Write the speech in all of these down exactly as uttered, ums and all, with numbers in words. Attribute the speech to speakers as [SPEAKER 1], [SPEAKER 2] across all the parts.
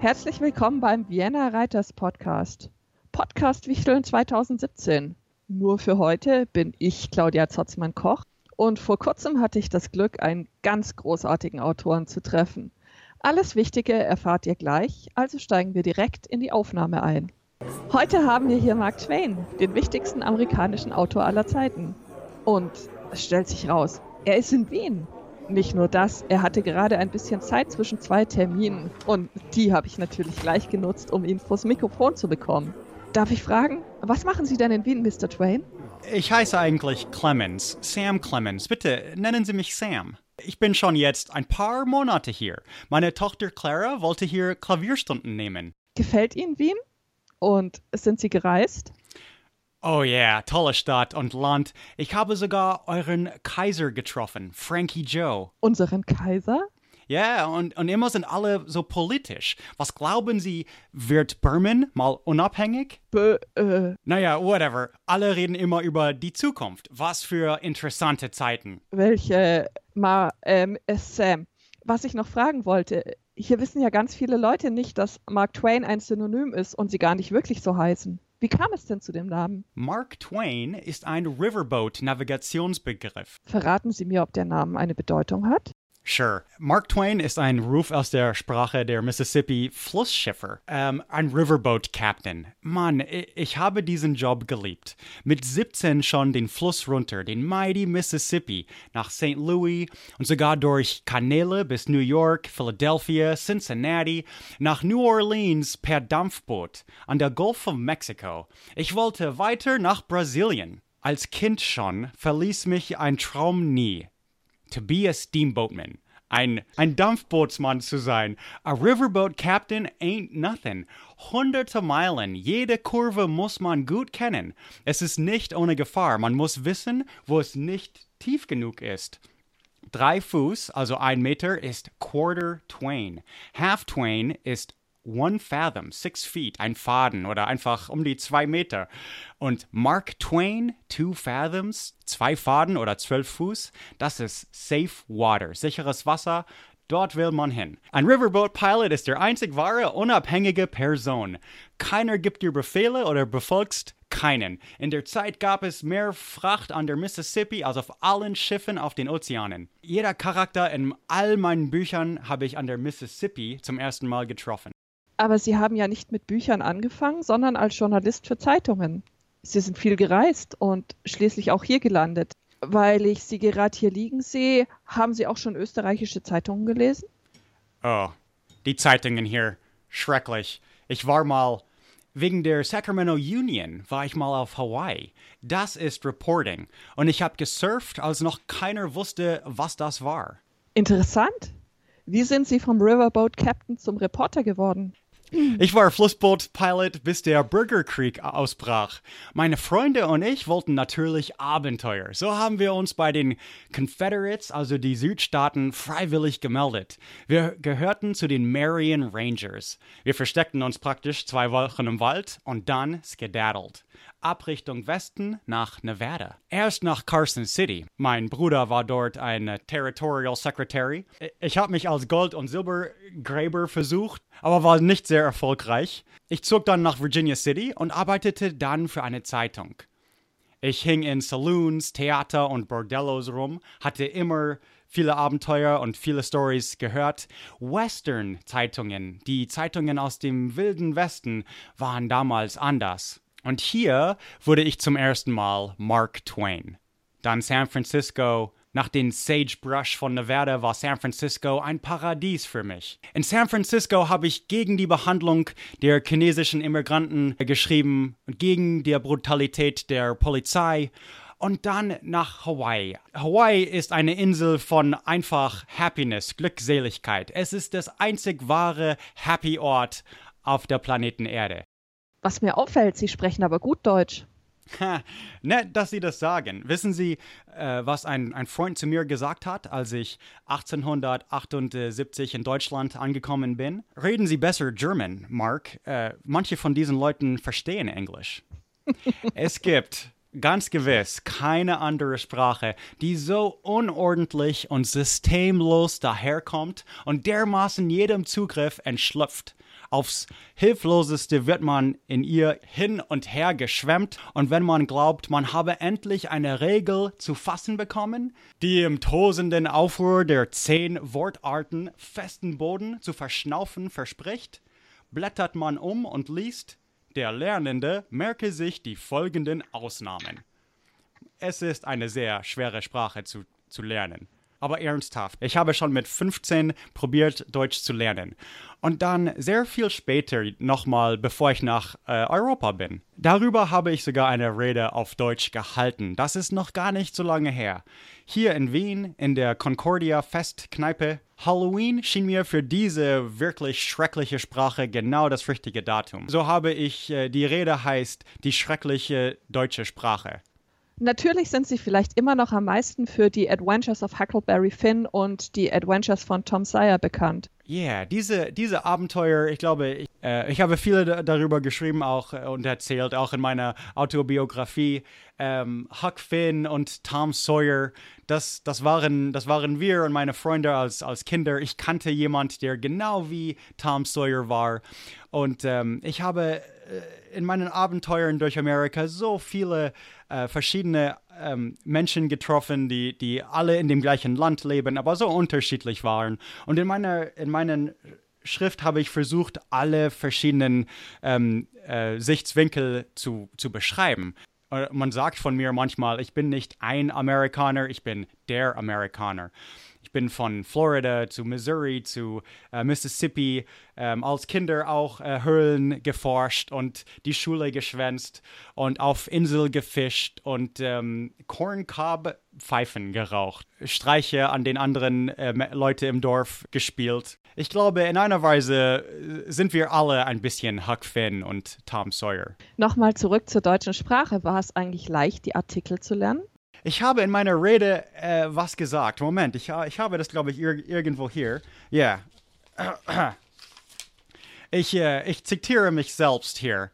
[SPEAKER 1] Herzlich willkommen beim Vienna Reiters Podcast. Podcast Wichteln zwanzig siebzehn. Nur für heute bin ich Claudia Zotzmann-Koch und vor kurzem hatte ich das Glück, einen ganz großartigen Autoren zu treffen. Alles Wichtige erfahrt ihr gleich, also steigen wir direkt in die Aufnahme ein. Heute haben wir hier Mark Twain, den wichtigsten amerikanischen Autor aller Zeiten. Und es stellt sich raus, er ist in Wien. Nicht nur das, er hatte gerade ein bisschen Zeit zwischen zwei Terminen und die habe ich natürlich gleich genutzt, um ihn vors Mikrofon zu bekommen. Darf ich fragen, was machen Sie denn in Wien, Mister Twain?
[SPEAKER 2] Ich heiße eigentlich Clemens, Sam Clemens. Bitte nennen Sie mich Sam. Ich bin schon jetzt ein paar Monate hier. Meine Tochter Clara wollte hier Klavierstunden nehmen.
[SPEAKER 1] Gefällt Ihnen Wien? Und sind Sie gereist?
[SPEAKER 2] Oh ja, yeah, tolle Stadt und Land. Ich habe sogar euren Kaiser getroffen, Frankie Joe.
[SPEAKER 1] Unseren Kaiser?
[SPEAKER 2] Ja, yeah, und, und immer sind alle so politisch. Was glauben Sie, wird Burman mal unabhängig?
[SPEAKER 1] Bö, äh.
[SPEAKER 2] Naja, whatever. Alle reden immer über die Zukunft. Was für interessante Zeiten.
[SPEAKER 1] Welche, ma, ähm, äh, Sam, was ich noch fragen wollte, hier wissen ja ganz viele Leute nicht, dass Mark Twain ein Synonym ist und sie gar nicht wirklich so heißen. Wie kam es denn zu dem Namen?
[SPEAKER 2] Mark Twain ist ein Riverboat-Navigationsbegriff.
[SPEAKER 1] Verraten Sie mir, ob der Name eine Bedeutung hat?
[SPEAKER 2] Sure. Mark Twain ist ein Ruf aus der Sprache der Mississippi-Flussschiffer. Ähm, ein Riverboat-Captain. Mann, ich habe diesen Job geliebt. Mit siebzehn schon den Fluss runter, den mighty Mississippi, nach Saint Louis und sogar durch Kanäle bis New York, Philadelphia, Cincinnati, nach New Orleans per Dampfboot an der Gulf von Mexiko. Ich wollte weiter nach Brasilien. Als Kind schon verließ mich ein Traum nie. To be a steamboatman. Ein, ein Dampfbootsmann zu sein. A riverboat captain ain't nothing. Hunderte Meilen, jede Kurve muss man gut kennen. Es ist nicht ohne Gefahr. Man muss wissen, wo es nicht tief genug ist. Drei Fuß, also ein Meter, ist Quarter Twain. Half Twain ist One Fathom, six feet, ein Faden oder einfach um die zwei Meter. Und Mark Twain, two Fathoms, zwei Faden oder zwölf Fuß, das ist Safe Water, sicheres Wasser, dort will man hin. Ein Riverboat Pilot ist der einzig wahre, unabhängige Person. Keiner gibt dir Befehle oder befolgst keinen. In der Zeit gab es mehr Fracht an der Mississippi als auf allen Schiffen auf den Ozeanen. Jeder Charakter in all meinen Büchern habe ich an der Mississippi zum ersten Mal getroffen.
[SPEAKER 1] Aber Sie haben ja nicht mit Büchern angefangen, sondern als Journalist für Zeitungen. Sie sind viel gereist und schließlich auch hier gelandet. Weil ich Sie gerade hier liegen sehe, haben Sie auch schon österreichische Zeitungen gelesen?
[SPEAKER 2] Oh, die Zeitungen hier. Schrecklich. Ich war mal, wegen der Sacramento Union war ich mal auf Hawaii. Das ist Reporting. Und ich habe gesurft, als noch keiner wusste, was das war.
[SPEAKER 1] Interessant. Wie sind Sie vom Riverboat Captain zum Reporter geworden?
[SPEAKER 2] Ich war Flussboot-Pilot, bis der Bürgerkrieg ausbrach. Meine Freunde und ich wollten natürlich Abenteuer. So haben wir uns bei den Confederates, also die Südstaaten, freiwillig gemeldet. Wir gehörten zu den Marion Rangers. Wir versteckten uns praktisch zwei Wochen im Wald und dann skedaddelt. Ab Richtung Westen nach Nevada. Erst nach Carson City. Mein Bruder war dort ein Territorial Secretary. Ich habe mich als Gold- und Silbergräber versucht, aber war nicht sehr erfolgreich. Ich zog dann nach Virginia City und arbeitete dann für eine Zeitung. Ich hing in Saloons, Theater und Bordellos rum, hatte immer viele Abenteuer und viele Stories gehört. Western-Zeitungen, die Zeitungen aus dem wilden Westen, waren damals anders. Und hier wurde ich zum ersten Mal Mark Twain. Dann San Francisco. Nach den Sagebrush von Nevada war San Francisco ein Paradies für mich. In San Francisco habe ich gegen die Behandlung der chinesischen Immigranten geschrieben und gegen die Brutalität der Polizei. Und dann nach Hawaii. Hawaii ist eine Insel von einfach Happiness, Glückseligkeit. Es ist das einzig wahre Happy Ort auf der Planeten Erde.
[SPEAKER 1] Was mir auffällt, Sie sprechen aber gut Deutsch.
[SPEAKER 2] Ha, nett, dass Sie das sagen. Wissen Sie, äh, was ein, ein Freund zu mir gesagt hat, als ich achtzehnhundertachtundsiebzig in Deutschland angekommen bin? Reden Sie besser German, Mark. Äh, manche von diesen Leuten verstehen Englisch. Es gibt ganz gewiss keine andere Sprache, die so unordentlich und systemlos daherkommt und dermaßen jedem Zugriff entschlüpft. Aufs Hilfloseste wird man in ihr hin und her geschwemmt und wenn man glaubt, man habe endlich eine Regel zu fassen bekommen, die im tosenden Aufruhr der zehn Wortarten festen Boden zu verschnaufen verspricht, blättert man um und liest: Der Lernende merke sich die folgenden Ausnahmen. Es ist eine sehr schwere Sprache zu, zu lernen. Aber ernsthaft, ich habe schon mit fünfzehn probiert, Deutsch zu lernen. Und dann sehr viel später nochmal, bevor ich nach äh, Europa bin. Darüber habe ich sogar eine Rede auf Deutsch gehalten. Das ist noch gar nicht so lange her. Hier in Wien, in der Concordia Festkneipe. Halloween schien mir für diese wirklich schreckliche Sprache genau das richtige Datum. So habe ich, äh, die Rede heißt die schreckliche deutsche Sprache.
[SPEAKER 1] Natürlich sind sie vielleicht immer noch am meisten für die Adventures of Huckleberry Finn und die Adventures von Tom Sawyer bekannt.
[SPEAKER 2] Ja, yeah, diese, diese Abenteuer, ich glaube, ich, äh, ich habe viele da, darüber geschrieben auch äh, und erzählt, auch in meiner Autobiografie. Ähm, Huck Finn und Tom Sawyer, das, das, waren, das waren wir und meine Freunde als, als Kinder. Ich kannte jemand, der genau wie Tom Sawyer war. Und ähm, ich habe äh, in meinen Abenteuern durch Amerika so viele äh, verschiedene ähm, Menschen getroffen, die, die alle in dem gleichen Land leben, aber so unterschiedlich waren. Und in meiner, in meinen Schrift habe ich versucht, alle verschiedenen ähm, äh, Sichtwinkel zu, zu beschreiben. Man sagt von mir manchmal, ich bin nicht ein Amerikaner, ich bin der Amerikaner. Ich bin von Florida zu Missouri zu äh, Mississippi, ähm, als Kinder auch äh, Höhlen geforscht und die Schule geschwänzt und auf Insel gefischt und ähm, Kornkabpfeifen geraucht, Streiche an den anderen äh, Leute im Dorf gespielt. Ich glaube, in einer Weise sind wir alle ein bisschen Huck Finn und Tom Sawyer.
[SPEAKER 1] Nochmal zurück zur deutschen Sprache. War es eigentlich leicht, die Artikel zu lernen?
[SPEAKER 2] Ich habe in meiner Rede äh, was gesagt. Moment, ich, ich habe das, glaube ich, ir- irgendwo hier. Ja. Yeah. Ich, äh, ich zitiere mich selbst hier.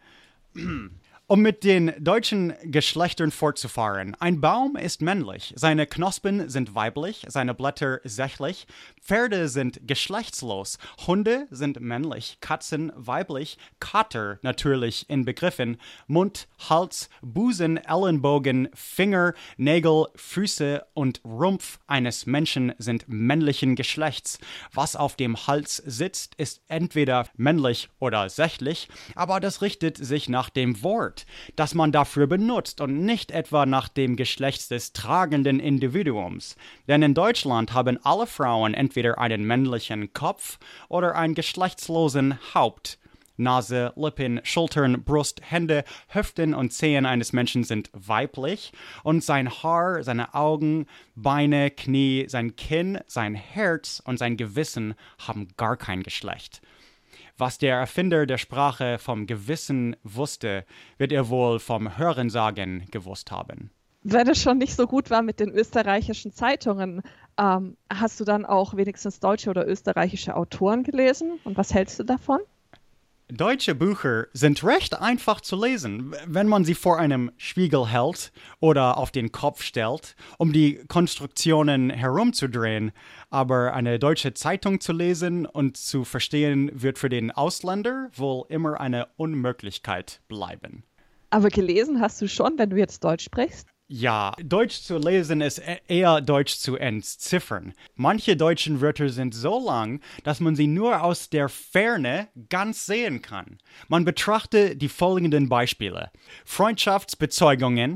[SPEAKER 2] Um mit den deutschen Geschlechtern fortzufahren. Ein Baum ist männlich, seine Knospen sind weiblich, seine Blätter sächlich, Pferde sind geschlechtslos, Hunde sind männlich, Katzen weiblich, Kater natürlich inbegriffen, Mund, Hals, Busen, Ellenbogen, Finger, Nägel, Füße und Rumpf eines Menschen sind männlichen Geschlechts. Was auf dem Hals sitzt, ist entweder männlich oder sächlich, aber das richtet sich nach dem Wort, das man dafür benutzt und nicht etwa nach dem Geschlecht des tragenden Individuums. Denn in Deutschland haben alle Frauen entweder einen männlichen Kopf oder einen geschlechtslosen Haupt. Nase, Lippen, Schultern, Brust, Hände, Hüften und Zehen eines Menschen sind weiblich und sein Haar, seine Augen, Beine, Knie, sein Kinn, sein Herz und sein Gewissen haben gar kein Geschlecht. Was der Erfinder der Sprache vom Gewissen wusste, wird er wohl vom Hörensagen gewusst haben.
[SPEAKER 1] Wenn es schon nicht so gut war mit den österreichischen Zeitungen, ähm, hast du dann auch wenigstens deutsche oder österreichische Autoren gelesen? Und was hältst du davon?
[SPEAKER 2] Deutsche Bücher sind recht einfach zu lesen, wenn man sie vor einem Spiegel hält oder auf den Kopf stellt, um die Konstruktionen herumzudrehen. Aber eine deutsche Zeitung zu lesen und zu verstehen, wird für den Ausländer wohl immer eine Unmöglichkeit bleiben.
[SPEAKER 1] Aber gelesen hast du schon, wenn du jetzt Deutsch sprichst?
[SPEAKER 2] Ja, Deutsch zu lesen ist eher Deutsch zu entziffern. Manche deutschen Wörter sind so lang, dass man sie nur aus der Ferne ganz sehen kann. Man betrachte die folgenden Beispiele: Freundschaftsbezeugungen,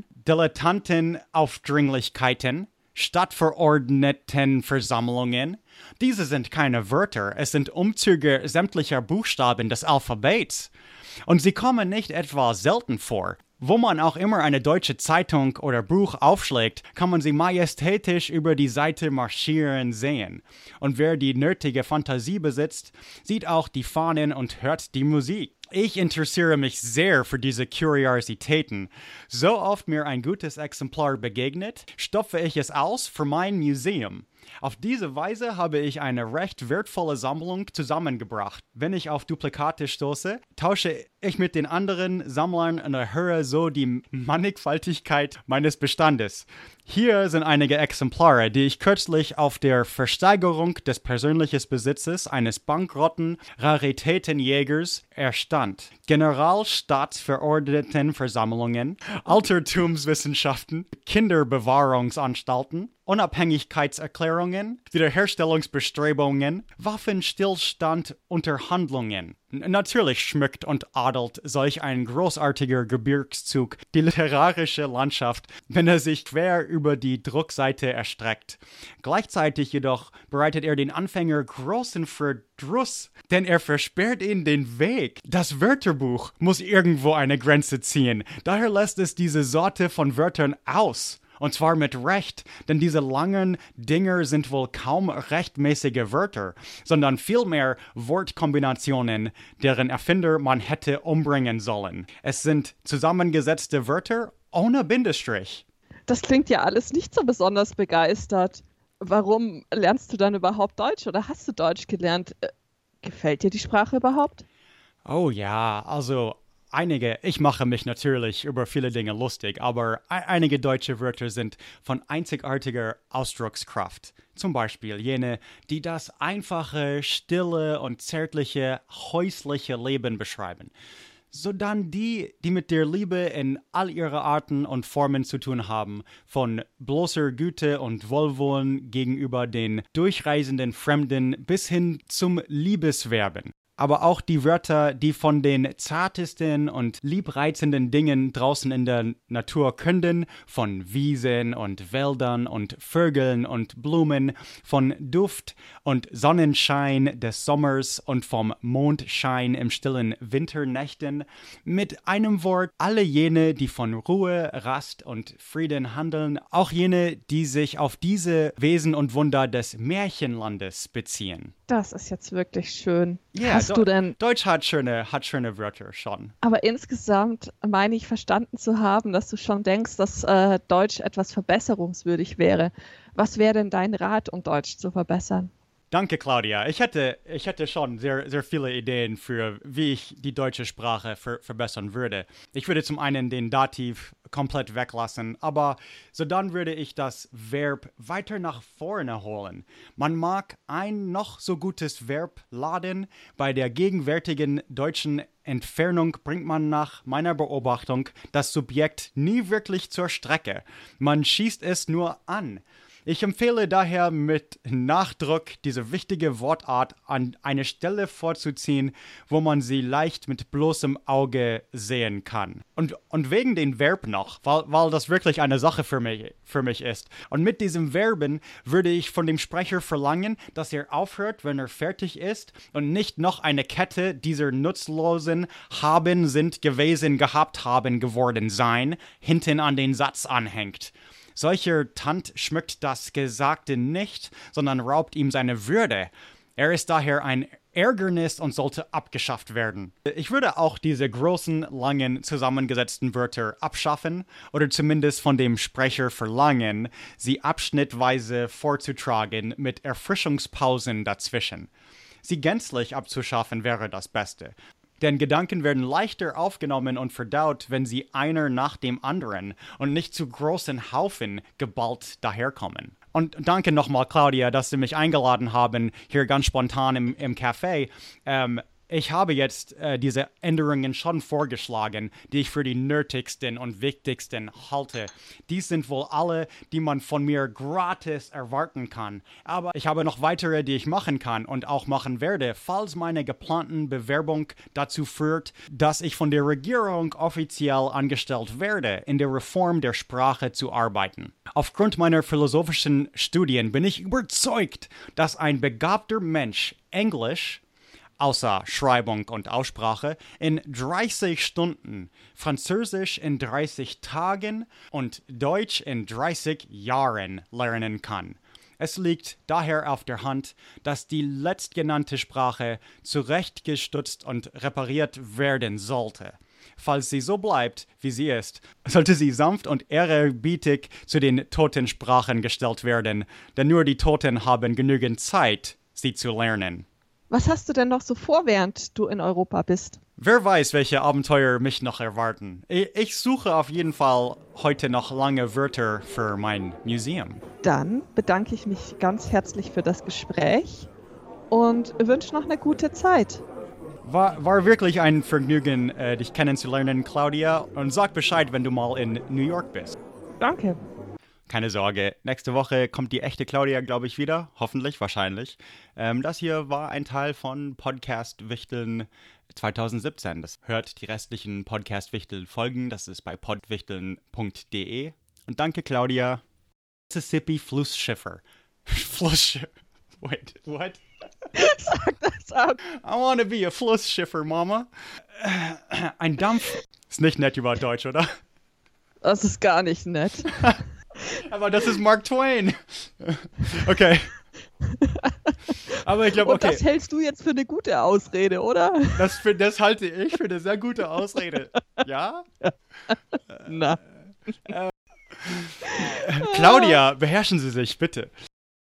[SPEAKER 2] Dilettantenaufdringlichkeiten, Stadtverordnetenversammlungen. Diese sind keine Wörter, es sind Umzüge sämtlicher Buchstaben des Alphabets. Und sie kommen nicht etwa selten vor. Wo man auch immer eine deutsche Zeitung oder Buch aufschlägt, kann man sie majestätisch über die Seite marschieren sehen. Und wer die nötige Fantasie besitzt, sieht auch die Fahnen und hört die Musik. Ich interessiere mich sehr für diese Kuriositäten. So oft mir ein gutes Exemplar begegnet, stopfe ich es aus für mein Museum. Auf diese Weise habe ich eine recht wertvolle Sammlung zusammengebracht. Wenn ich auf Duplikate stoße, tausche ich mit den anderen Sammlern und erhöhe so die Mannigfaltigkeit meines Bestandes. Hier sind einige Exemplare, die ich kürzlich auf der Versteigerung des persönlichen Besitzes eines bankrotten Raritätenjägers erstand. Generalstaatsverordnetenversammlungen, Altertumswissenschaften, Kinderbewahrungsanstalten, Unabhängigkeitserklärungen, Wiederherstellungsbestrebungen, Waffenstillstandunterhandlungen. Natürlich schmückt und adelt solch ein großartiger Gebirgszug die literarische Landschaft, wenn er sich quer über die Druckseite erstreckt. Gleichzeitig jedoch bereitet er den Anfänger großen Verdruss, denn er versperrt ihnen den Weg. Das Wörterbuch muss irgendwo eine Grenze ziehen, daher lässt es diese Sorte von Wörtern aus. Und zwar mit Recht, denn diese langen Dinger sind wohl kaum rechtmäßige Wörter, sondern vielmehr Wortkombinationen, deren Erfinder man hätte umbringen sollen. Es sind zusammengesetzte Wörter ohne Bindestrich.
[SPEAKER 1] Das klingt ja alles nicht so besonders begeistert. Warum lernst du dann überhaupt Deutsch oder hast du Deutsch gelernt? Äh, gefällt dir die Sprache überhaupt?
[SPEAKER 2] Oh ja, also einige, ich mache mich natürlich über viele Dinge lustig, aber einige deutsche Wörter sind von einzigartiger Ausdruckskraft. Zum Beispiel jene, die das einfache, stille und zärtliche häusliche Leben beschreiben. Sodann die, die mit der Liebe in all ihrer Arten und Formen zu tun haben, von bloßer Güte und Wohlwollen gegenüber den durchreisenden Fremden bis hin zum Liebesverben. Aber auch die Wörter, die von den zartesten und liebreizenden Dingen draußen in der Natur künden, von Wiesen und Wäldern und Vögeln und Blumen, von Duft und Sonnenschein des Sommers und vom Mondschein im stillen Winternächten, mit einem Wort alle jene, die von Ruhe, Rast und Frieden handeln, auch jene, die sich auf diese Wesen und Wunder des Märchenlandes beziehen.
[SPEAKER 1] Das ist jetzt wirklich schön.
[SPEAKER 2] Ja,
[SPEAKER 1] Hast
[SPEAKER 2] Do-
[SPEAKER 1] du denn,
[SPEAKER 2] Deutsch hat schöne, hat schöne Wörter schon.
[SPEAKER 1] aber insgesamt meine ich verstanden zu haben, dass du schon denkst, dass äh, Deutsch etwas verbesserungswürdig wäre. Was wäre denn dein Rat, um Deutsch zu verbessern?
[SPEAKER 2] Danke, Claudia. Ich hätte, ich hätte schon sehr, sehr viele Ideen für, wie ich die deutsche Sprache ver- verbessern würde. Ich würde zum einen den Dativ komplett weglassen, aber so dann würde ich das Verb weiter nach vorne holen. Man mag ein noch so gutes Verb laden, bei der gegenwärtigen deutschen Entfernung bringt man nach meiner Beobachtung das Subjekt nie wirklich zur Strecke. Man schießt es nur an. Ich empfehle daher mit Nachdruck, diese wichtige Wortart an eine Stelle vorzuziehen, wo man sie leicht mit bloßem Auge sehen kann. Und, und wegen dem Verb noch, weil, weil das wirklich eine Sache für mich, für mich ist. Und mit diesem Verben würde ich von dem Sprecher verlangen, dass er aufhört, wenn er fertig ist und nicht noch eine Kette dieser nutzlosen haben, sind, gewesen, gehabt haben, geworden sein, hinten an den Satz anhängt. Solcher Tant schmückt das Gesagte nicht, sondern raubt ihm seine Würde. Er ist daher ein Ärgernis und sollte abgeschafft werden. Ich würde auch diese großen, langen, zusammengesetzten Wörter abschaffen oder zumindest von dem Sprecher verlangen, sie abschnittweise vorzutragen mit Erfrischungspausen dazwischen. Sie gänzlich abzuschaffen wäre das Beste. Denn Gedanken werden leichter aufgenommen und verdaut, wenn sie einer nach dem anderen und nicht zu großen Haufen geballt daherkommen. Und danke nochmal, Claudia, dass Sie mich eingeladen haben, hier ganz spontan im, im Café. Ähm, Ich habe jetzt äh, diese Änderungen schon vorgeschlagen, die ich für die nötigsten und wichtigsten halte. Dies sind wohl alle, die man von mir gratis erwarten kann. Aber ich habe noch weitere, die ich machen kann und auch machen werde, falls meine geplanten Bewerbung dazu führt, dass ich von der Regierung offiziell angestellt werde, in der Reform der Sprache zu arbeiten. Aufgrund meiner philosophischen Studien bin ich überzeugt, dass ein begabter Mensch Englisch außer Schreibung und Aussprache, in dreißig Stunden, Französisch in dreißig Tagen und Deutsch in dreißig Jahren lernen kann. Es liegt daher auf der Hand, dass die letztgenannte Sprache zurechtgestutzt und repariert werden sollte. Falls sie so bleibt, wie sie ist, sollte sie sanft und ehrerbietig zu den toten Sprachen gestellt werden, denn nur die Toten haben genügend Zeit, sie zu lernen.
[SPEAKER 1] Was hast du denn noch so vor, während du in Europa bist?
[SPEAKER 2] Wer weiß, welche Abenteuer mich noch erwarten. Ich suche auf jeden Fall heute noch lange Wörter für mein Museum.
[SPEAKER 1] Dann bedanke ich mich ganz herzlich für das Gespräch und wünsche noch eine gute Zeit.
[SPEAKER 2] War, war wirklich ein Vergnügen, äh, dich kennenzulernen, Claudia. Und sag Bescheid, wenn du mal in New York bist.
[SPEAKER 1] Danke.
[SPEAKER 2] Keine Sorge, nächste Woche kommt die echte Claudia, glaube ich, wieder. Hoffentlich, wahrscheinlich. Ähm, das hier war ein Teil von Podcast Wichteln zwanzig siebzehn. Das hört die restlichen Podcast Wichteln Folgen. Das ist bei podwichteln punkt de. Und danke, Claudia. Mississippi Flussschiffer. Flussschiffer. Wait, what?
[SPEAKER 1] Sag das ab.
[SPEAKER 2] I want to be a Flussschiffer, Mama. Ein Dampf. Ist nicht nett über Deutsch, oder?
[SPEAKER 1] Das ist gar nicht nett.
[SPEAKER 2] Aber das ist Mark Twain. Okay. Aber ich glaube, okay.
[SPEAKER 1] Und das hältst du jetzt für eine gute Ausrede, oder?
[SPEAKER 2] Das, für, das halte ich für eine sehr gute Ausrede. Ja?
[SPEAKER 1] Na.
[SPEAKER 2] Äh, Claudia, beherrschen Sie sich, bitte.